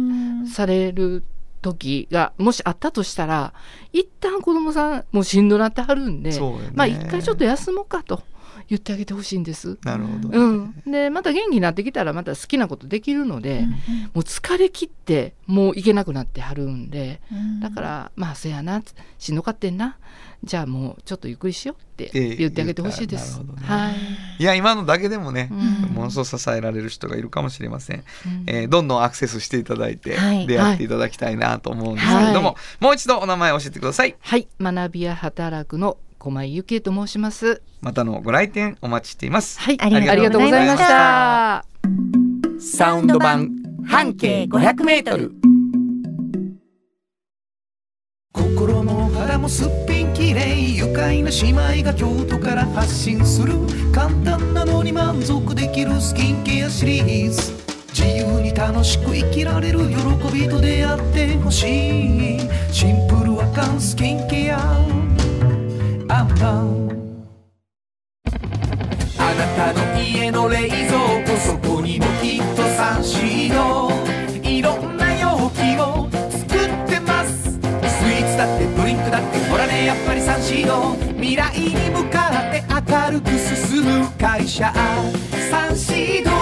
される時がもしあったとしたら一旦子供さんもうしんどなってはるんで、まあ一回ちょっと休もうかと言ってあげてほしいんです。 なるほど、 うん、でまた元気になってきたらまた好きなことできるので、うん、もう疲れ切ってもういけなくなってはるんで、うん、だからまあせやなしんどかってんなじゃあもうちょっとゆっくりしようって言ってあげてほしいです、えーね、はい、 いや今のだけでもね、うん、ものすごく支えられる人がいるかもしれません、うんえー、どんどんアクセスしていただいて、はい、出会っていただきたいなと思うんですけれども、はい、もう一度お名前を教えてください。 はい、学びや働くの駒井ゆきえと申します。 またのご来店お待ちしています。 はい、ありがとうございました。 サウンド版半径ごひゃくメートル、心も肌もすっぴんきれい、愉快な姉妹が京都から発信する簡単なのに満足できるスキンケアシリーズ、自由に楽しく生きられる喜びと出会ってほしい、シンプルアカンスキンケアアンパン、あなたの家の冷蔵庫そこにもきっとサンシード、いろんな容器を作ってます、スイーツだってドリンクだってほらねやっぱりサンシード、未来に向かって明るく進む会社サンシード、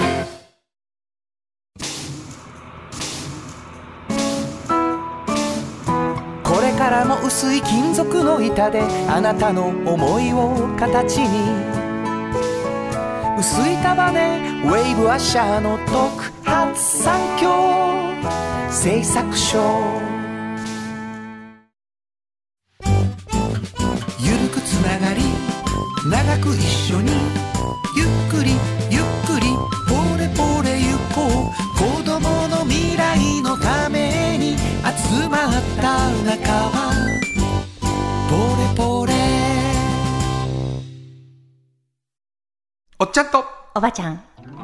これからも薄い金属の板であなたの思いを形に、薄い束ねウェーブアッシャーの特発産業製作所、 緒にゆっくりゆっくりポレポレ行こう。子供の未来のために集まった仲間ポレポレ。 おっちゃんとおばちゃん。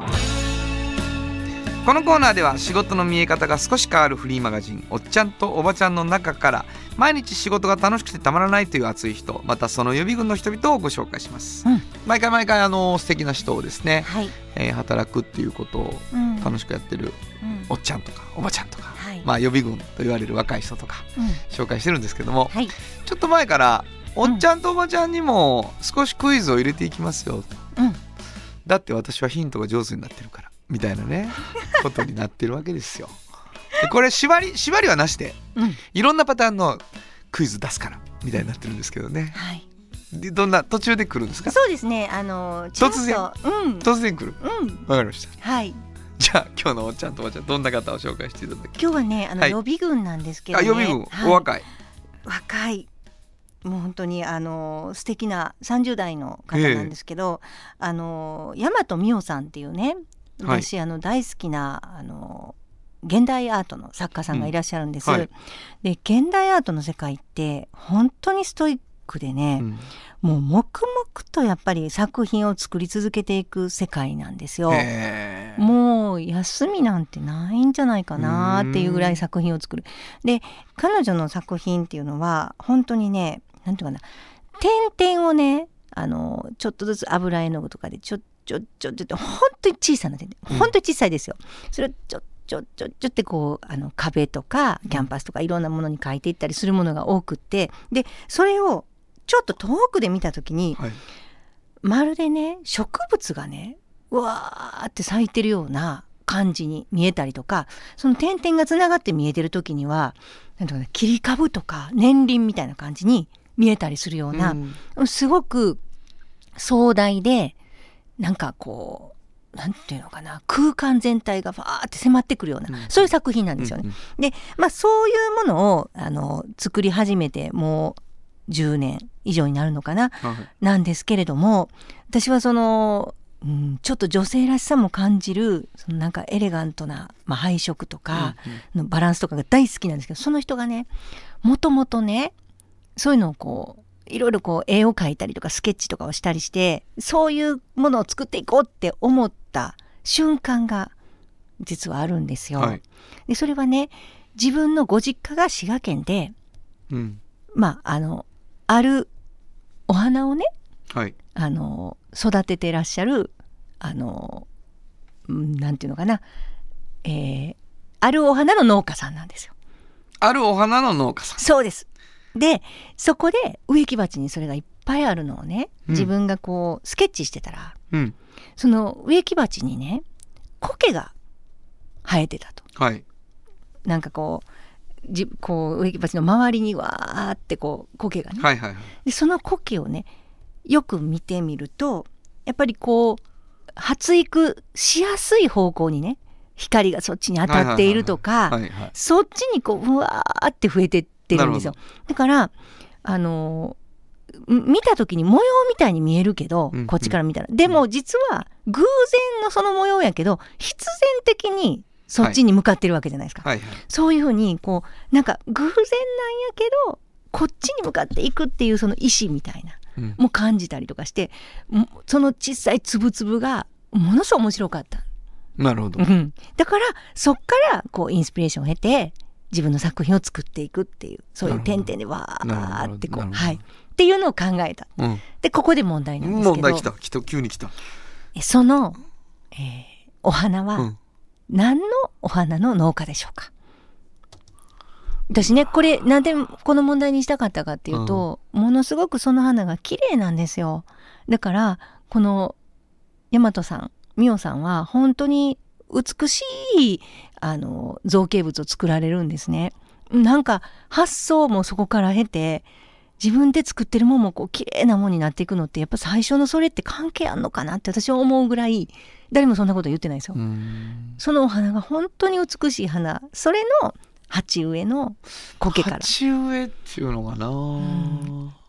このコーナーでは仕事の見え方が少し変わるフリーマガジンおっちゃんとおばちゃんの中から毎日仕事が楽しくてたまらないという熱い人、またその予備軍の人々をご紹介します、うん、毎回毎回あの素敵な人をですね、はいえー、働くっていうことを楽しくやってる、うん、おっちゃんとかおばちゃんとか、はいまあ、予備軍と言われる若い人とか、うん、紹介してるんですけども、はい、ちょっと前からおっちゃんとおばちゃんにも少しクイズを入れていきますよ、うん、だって私はヒントが上手になってるからみたいなねことになってるわけですよ。でこれ縛り縛りはなしで、うん、いろんなパターンのクイズ出すからみたいになってるんですけどね、はい、でどんな途中で来るんですか？ そうですね、あの突然、うん、突然来る、 うん、 わかりました。 はい、 じゃあ今日のおっちゃんとおばちゃんどんな方を紹介していただき。 今日はねあの、はい、予備軍なんですけどね。 あ予備軍、はい、お若い若いもう本当にあの素敵なさんじゅう代の方なんですけど、えー、あの大和美桜さんっていうね私、はい、あの大好きなあの現代アートの作家さんがいらっしゃるんです、うんはい、で現代アートの世界って本当にストイックでね、うん、もう黙々とやっぱり作品を作り続けていく世界なんですよ。もう休みなんてないんじゃないかなっていうぐらい作品を作る。で彼女の作品っていうのは本当にねなんていうかな点々をねあのちょっとずつ油絵の具とかでちょっちょちょちょって本当に小さな点々、本当に小さいですよ。それをちょちょちょちょってこうあの壁とかキャンパスとかいろんなものに描いていったりするものが多くってでそれをちょっと遠くで見た時に、はい、まるでね植物がねうわーって咲いてるような感じに見えたりとかその点々がつながって見えてる時にはなんていうかな切り株とか年輪みたいな感じに見えたりするような、うん、すごく壮大でなんかこうなんていうのかな空間全体がファーって迫ってくるような、うん、そういう作品なんですよね、うんうん、でまあそういうものをあの作り始めてもうじゅうねん以上になるのかな、はい、なんですけれども私はその、うん、ちょっと女性らしさも感じるそのなんかエレガントな、まあ、配色とかのバランスとかが大好きなんですけどその人がねもともとねそういうのをこういろいろこう絵を描いたりとかスケッチとかをしたりしてそういうものを作っていこうって思った瞬間が実はあるんですよ、はい、でそれはね自分のご実家が滋賀県で、うん、まああのあるお花をね、はい、あの育ててらっしゃるあのなんていうのかな、えー、あるお花の農家さんなんですよ。 あるお花の農家さん。 そうです。でそこで植木鉢にそれがいっぱいあるのをね、うん、自分がこうスケッチしてたら、うん、その植木鉢にね苔が生えてたと、はい、なんかこうじこう植木鉢の周りにわーってこう苔がね、はいはいはい、でその苔をねよく見てみるとやっぱりこう発育しやすい方向にね光がそっちに当たっているとかそっちにこううわーって増えてってるんですよ。だからあの見た時に模様みたいに見えるけど、うんうん、こっちから見たらでも実は偶然のその模様やけど必然的にそっちに向かってるわけじゃないですか、はいはいはい、そういうふうにこうなんか偶然なんやけどこっちに向かっていくっていうその意志みたいな、うん、も感じたりとかしてその小さいつぶつぶがものすごい面白かった。 なるほど、 うん、だからそっからこうインスピレーションを経て自分の作品を作っていくっていうそういう点々でわーってこう、はい、っていうのを考えた、うん、でここで問題なんですけど問題来た来た急に来たその、えー、お花は、うん何のお花の農家でしょうか。私ねこれなんでこの問題にしたかったかっていうと、うん、ものすごくその花が綺麗なんですよ。だからこの大和さん美桜さんは本当に美しいあの造形物を作られるんですね。なんか発想もそこから経て自分で作ってるものもこう綺麗なものになっていくのってやっぱ最初のそれって関係あんのかなって私は思うぐらい誰もそんなこと言ってないですよ。そのお花が本当に美しい花それの鉢植えの苔から鉢植えっていうのかな、うん、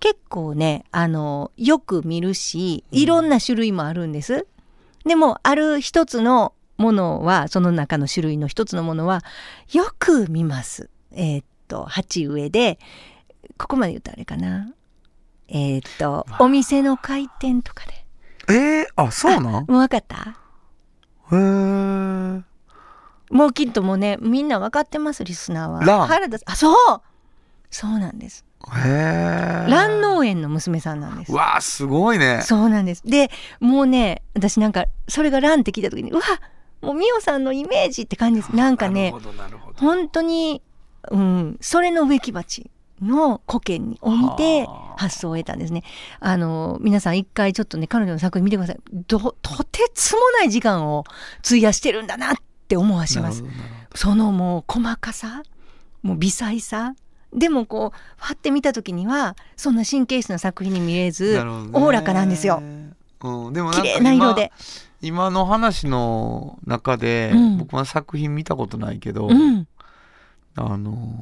結構ねあのよく見るしいろんな種類もあるんです、うん、でもある一つのものはその中の種類の一つのものはよく見ます。えー、っと鉢植えでここまで言うとあれかな、えー、っとお店の開店とかでえー、あそうなん？もう分かった？ へー、 もうきっともうねみんな分かってます。リスナーはラン原田さん、あそうそうなんです。 へー、 ラン農園の娘さんなんです。 わあすごいね。 そうなんです。でもうね私なんかそれがランって聞いた時にうわもうミオさんのイメージって感じです。なんかね本当に、うん、それの植木鉢の苔を見て発想を得たんですね。あの皆さん一回ちょっとね彼女の作品見てください。どとてつもない時間を費やしてるんだなって思わします。そのもう細かさもう微細さでもこうファって見た時にはそんな神経質な作品に見えずおおらかなんですよ、 うん、でもなんか綺麗な色で今の話の中で、うん、僕は作品見たことないけど、うん、あの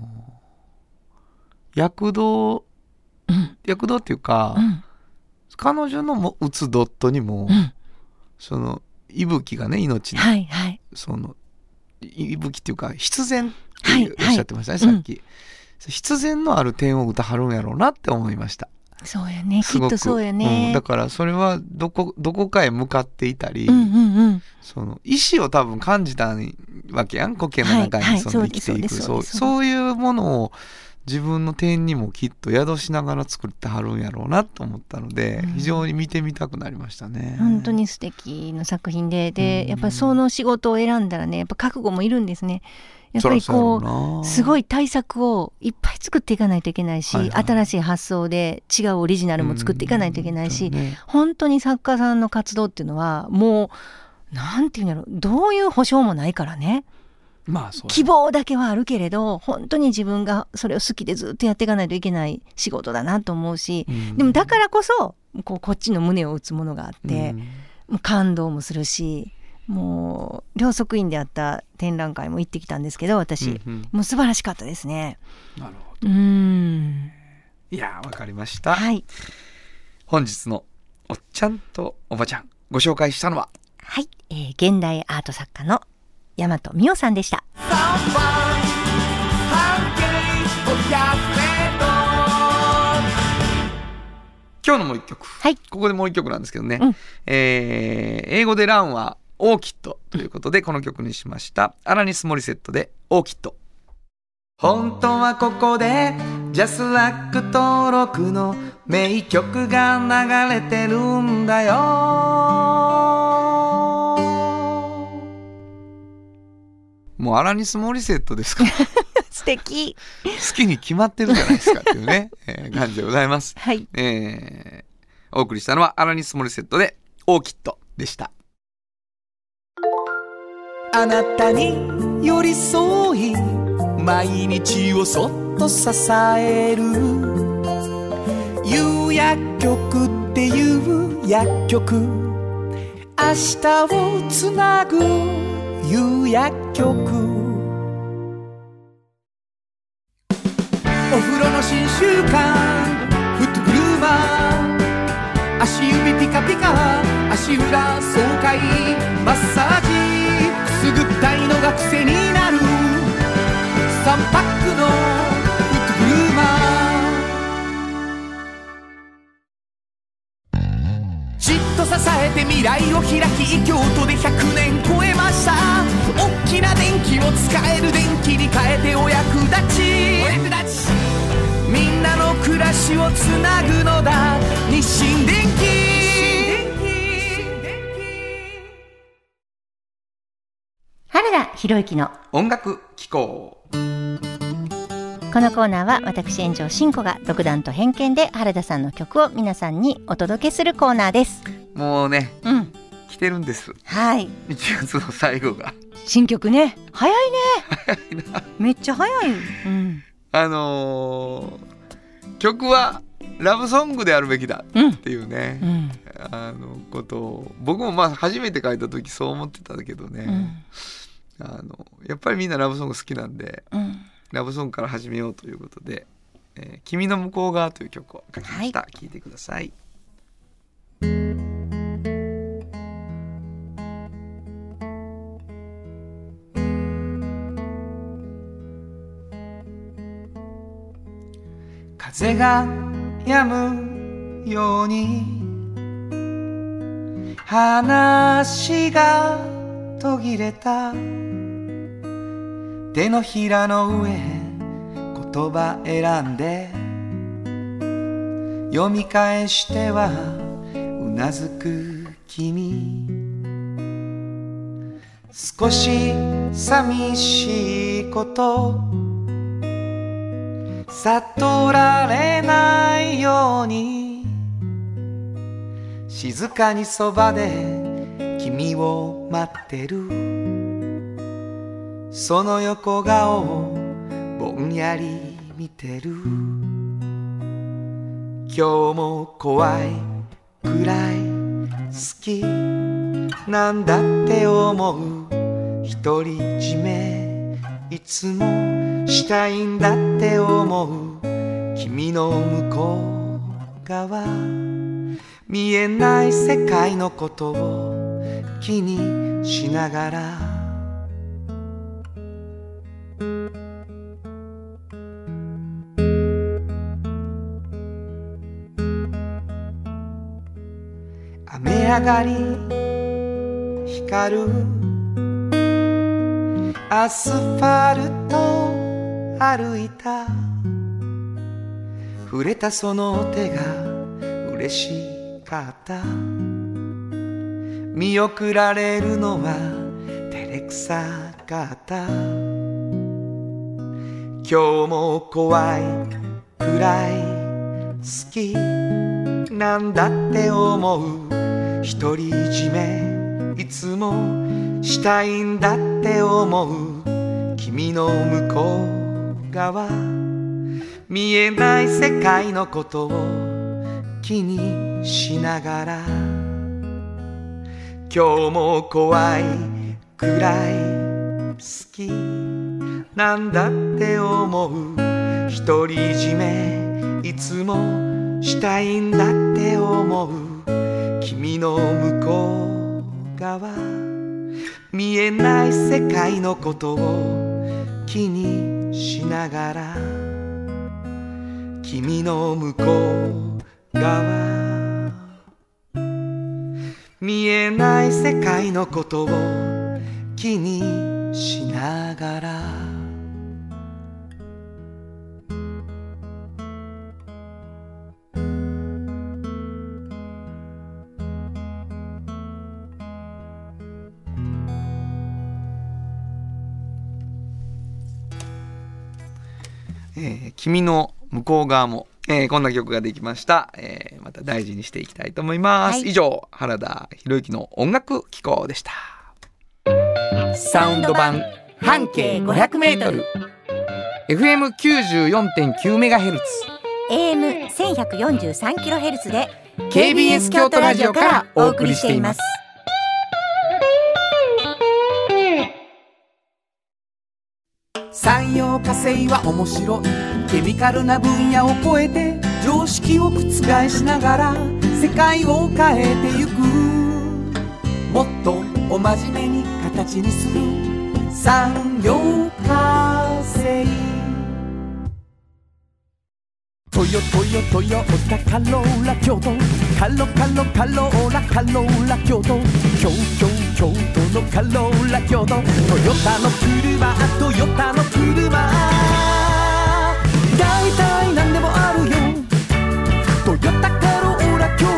躍動、うん、躍動っていうか、うん、彼女のも打つドットにも、うん、その息吹がね命の、はいはい、その息吹っていうか必然っておっしゃってましたね、はいはい、さっき、うん、必然のある点を打たはるんやろうなって思いました。 そうやねきっとそうやね、 うん、だからそれはどこどこかへ向かっていたり、うんうんうん、その意志を多分感じたわけやん苔の中にその生きていく、そうそういうものを自分の点にもきっと宿しながら作ってはるんやろうなと思ったので、うん、非常に見てみたくなりましたね。 本当に素敵な作品で、で、うん、やっぱりその仕事を選んだらねやっぱ覚悟もいるんですね。やっぱりこうすごい対策をいっぱい作っていかないといけないし、はいはい、新しい発想で違うオリジナルも作っていかないといけないし、ね、本当に作家さんの活動っていうのはもうなんていうんだろうどういう保証もないからね、まあそう希望だけはあるけれど本当に自分がそれを好きでずっとやっていかないといけない仕事だなと思うし、でもだからこそこうこっちの胸を打つものがあって、もう感動もするし、もう両側院であった展覧会も行ってきたんですけど私、うんうん、もう素晴らしかったですね。 なるほど。うーん、いやわかりました、はい、本日のおっちゃんとおばちゃんご紹介したのははい、えー、現代アート作家の大和美緒さんでした。 今日のもう一曲、はい、ここでもう一曲なんですけどね、うん、えー、英語でランはオーキッドということでこの曲にしました。アラニス・モリセットでオーキッド。本当はここでジャスラック登録の名曲が流れてるんだよ。もうアラニス・モリセットですから素敵好きに決まってるじゃないですかっていうね、えー、感じでございます、はい、えー、お送りしたのはアラニス・モリセットでオーキッドでした。 あなたに寄り添い毎日をそっと支える夕薬局っていう薬局、明日をつなぐ夕薬局。お風呂の新習慣フットグルーマー、足指ピカピカ足裏爽快マッサージくすぐったいのが癖になるさんパックのフットグルーマー、じっと支えて未来を開き京都でひゃくねん超えました。大きな電気を使える電気に変えてお役立ち、お役立ちみんなの暮らしをつなぐのだ日清電気。 原田博之の音楽機構。 このコーナーは私炎上真子が独断と偏見で原田さんの曲を皆さんにお届けするコーナーです。 もうね、うん、来てるんです。 はい。 いちがつの最後が新曲ね、早いね。 早いな。 めっちゃ早い。うん、 あのー、曲はラブソングであるべきだっていうね、うんうん、あのことを僕もまあ初めて書いた時そう思ってたけどね、うん、あのやっぱりみんなラブソング好きなんで、うん、ラブソングから始めようということでえー、君の向こう側という曲を書きました、はい、聴いてください。風が止むように話が途切れた、手のひらの上言葉選んで読み返してはうなずく君、少し寂しいこと悟られないように静かにそばで君を待ってる、その横顔をぼんやり見てる、今日も怖いくらい好きなんだって思う、独り占めいつもしたいんだって思う、君の向こう側見えない世界のことを気にしながら、雨上がり光るアスファルト歩いた、触れたその手が嬉しかった、見送られるのは照れくさかった、今日も怖いくらい好きなんだって思う、独り占めいつもしたいんだって思う、君の向こう側見えない世界のことを気にしながら、今日も怖いくらい好きなんだって思う、独り占めいつもしたいんだって思う、君の向こう側見えない世界のことを気にしながら、君の向こう側見えない世界のことを気にしながら、 えー、君の向こう側も、えー、こんな曲ができました、えー、また大事にしていきたいと思います、はい、以上原田博之の音楽機構でした。 サウンド版半径 ごひゃくメートル エフエムきゅうじゅうよんてんきゅうメガヘルツエーエムせんひゃくよんじゅうさんキロヘルツ でケービーエス 京都ラジオからお送りしています。 産業化成は面白い、ケミカルな分野を超えて常識を覆しながら世界を変えてゆく、もっとお真面目に形にする産業化成、トヨトヨトヨタカローラ京都、カロカロカローラカローラ京都、京京京都のカローラ京都、トヨタの車トヨタの車、だいたいなんでもあるよ、トヨタカローラ京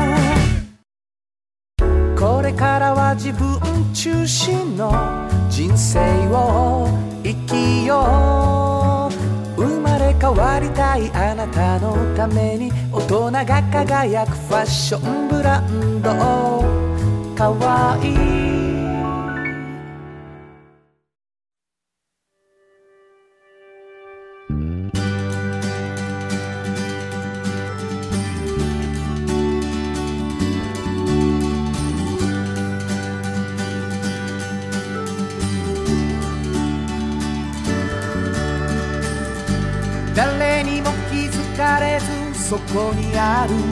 都、これからは自分中心の人生を生きよう、生まれ変わりたいあなたのために大人が輝くファッションブランド、かわいい誰にもそこにある。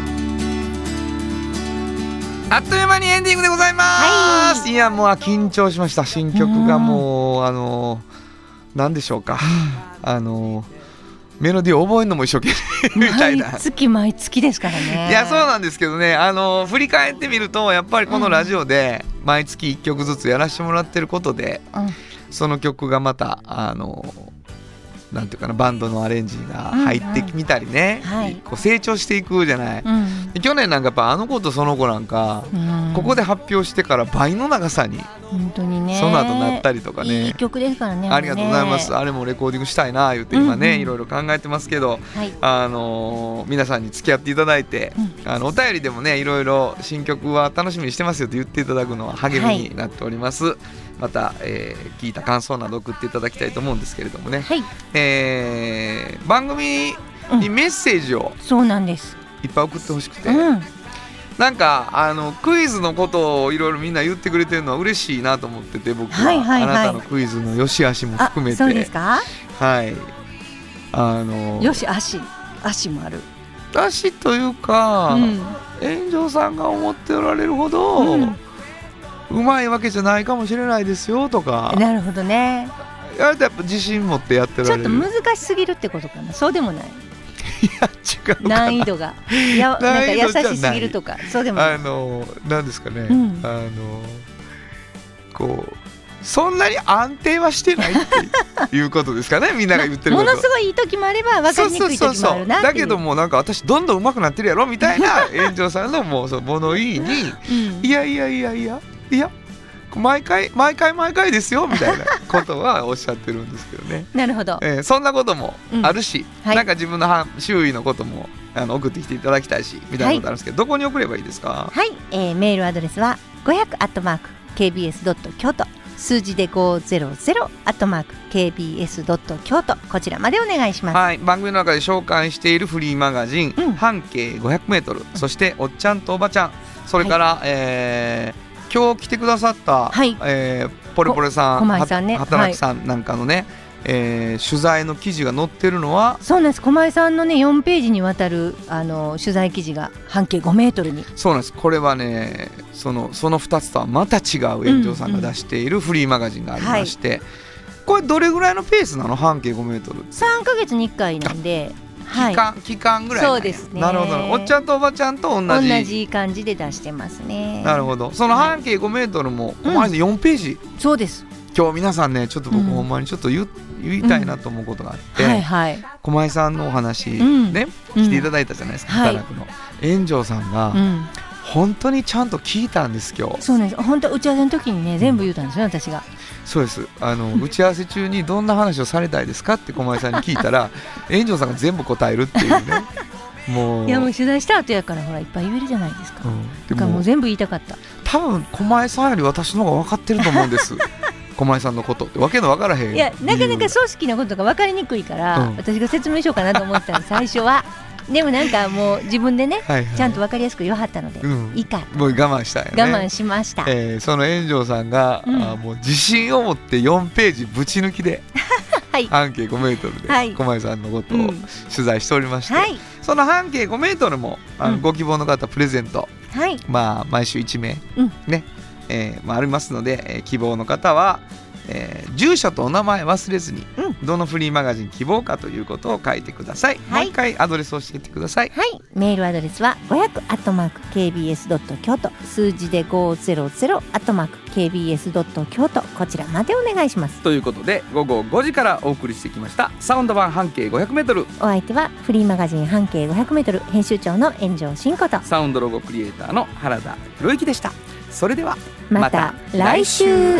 あっという間にエンディングでございます、はい、いやもう緊張しました。新曲がもうあの何でしょうか、あのメロディーを覚えるのも一生懸命みたいな毎月毎月ですからね。 いやそうなんですけどね、あの振り返ってみるとやっぱりこのラジオで毎月いっきょくずつやらせてもらってることで、うん、その曲がまたあのなんていうかな、バンドのアレンジが入ってみたりね、うんうん、はい、こう成長していくじゃない、うん、で去年なんかやっぱあの子とその子なんか、うん、ここで発表してから倍の長さに本当にねその後なったりとかね、 いい曲ですからね。 ありがとうございます。あれもレコーディングしたいな言って今ね、うんうん、いろいろ考えてますけど、はい、あのー、皆さんに付き合っていただいて、うん、あのお便りでもねいろいろ新曲は楽しみにしてますよと言っていただくのは励みになっております、はい、また、えー、聞いた感想など送っていただきたいと思うんですけれどもね、はい、えー、番組にメッセージを、うん、そうなんですいっぱい送ってほしくて、うん、なんかあのクイズのことをいろいろみんな言ってくれてるのは嬉しいなと思ってて、僕は、はいはいはい、あなたのクイズの良し悪しも含めて。 そうですか。 はい、あのよし悪し悪しもある悪しというか、うん、炎上さんが思っておられるほど、うんうまいわけじゃないかもしれないですよとか。 なるほどね。 やっぱ自信持ってやってられる。 ちょっと難しすぎるってことかな。そうでもない。 いや違うかな。 難易度がいやなんか優しすぎるとかそうでもない。 あのなんですかね、うん、あのこうそんなに安定はしてないっていうことですかねみんなが言ってること。 ものすごいいい時もあれば分かりにくい時もあるなっていう。そうそうそうそう。 だけどもなんか私どんどん上手くなってるやろみたいな炎上さんのもうその物言いに、うん、いやいやいやいやいや毎回毎回毎回ですよみたいなことはおっしゃってるんですけどねなるほど、 えー、そんなこともあるし、うんはい、なんか自分の周囲のこともあの送ってきていただきたいしみたいなことあるんですけど、はい、どこに送ればいいですか。 はい、えー、メールアドレスはごひゃくアットマーク ケービーエスドット 京都数字でごひゃくアットマーク ケービーエスドット 京都こちらまでお願いします。 はい、番組の中で紹介しているフリーマガジン、うん、半径ごひゃくメートル、うん、そしておっちゃんとおばちゃん、それから、はい、えー今日来てくださった、はいえー、ポレポレさん、 小さんね、 働きさんなんかのね、はいえー、取材の記事が載ってるのはそうなんです。小井さんのねよんページにわたるあの取材記事が半径ごメートルに。 そうなんです。これはねその、そのふたつとはまた違う炎上さんが出しているフリーマガジンがありまして、うんうんはい、これどれぐらいのペースなの半径ごメートルって。 さんかげつにいっかいなんで期間、はい、期間ぐらい。 そうですね。 なるほど。おっちゃんとおばちゃんと同じ同じ感じで出してますね。 なるほど。その半径ごメートルも、はい、よんページ、 うん、そうです。 今日皆さんねちょっと僕、うん、ほんまにちょっと言, 言いたいなと思うことがあって、うんはいはい、小井さんのお話、うん、ね来ていただいたじゃないですか、うん、働くの、はい、炎上さんが、うん本当にちゃんと聞いたんです今日。 そうなんです。本当打ち合わせの時にね全部言うたんですよ、うん、私が。 そうです。あの打ち合わせ中にどんな話をされたいですかって小前さんに聞いたら炎上さんが全部答えるっていうねもういやもう取材した後やからほらいっぱい言えるじゃないですか、うん、だからもう全部言いたかった。 多分小前さんより私の方が分かってると思うんです小前さんのことってわけの分からへん。 いやなかなか組織のことが分かりにくいから、うん、私が説明しようかなと思ったら最初はでもなんかもう自分でね、はいはい、ちゃんと分かりやすく言わはったので、うん、いいかもう我慢したよね。 我慢しました、 えー、その炎上さんが、うん、あもう自信を持ってよんページぶち抜きで、はい、半径ごメートルで小前さんのことを取材しておりまして、うんはい、その半径ごメートルもあの、うん、ご希望の方プレゼント、はい、まあ毎週いち名、うん、ね、えーまあ、ありますので、えー、希望の方はえー、住所とお名前忘れずに、うん、どのフリーマガジン希望かということを書いてください、はい、もう一回アドレスを教えてください。 はい、メールアドレスはごひゃくアットマーク ケービーエスドット 京都数字でごひゃくアットマーク ケービーエスドット 京都こちらまでお願いします。 ということで午後ごじからお送りしてきましたサウンド版半径ごひゃくメートル。 お相手はフリーマガジン半径ごひゃくメートル編集長の炎上真子とサウンドロゴクリエイターの原田博之でした。それではまた来週。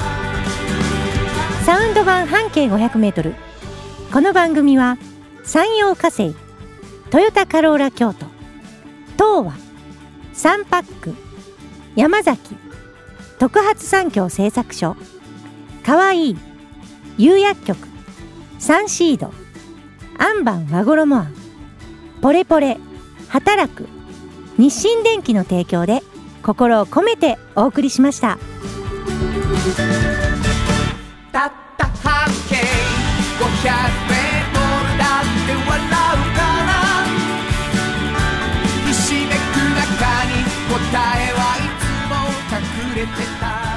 サウンド版半径ごひゃくメートル。この番組は山陽火星、トヨタカローラ京都、東和、サンパック、山崎、特発産業製作所、かわいい、釉薬局、サンシード、アンバン和衣あん、ポレポレ、働く、日清電機の提供で心を込めてお送りしました。 たった半径ごひゃくメートルだって笑うかな。 てた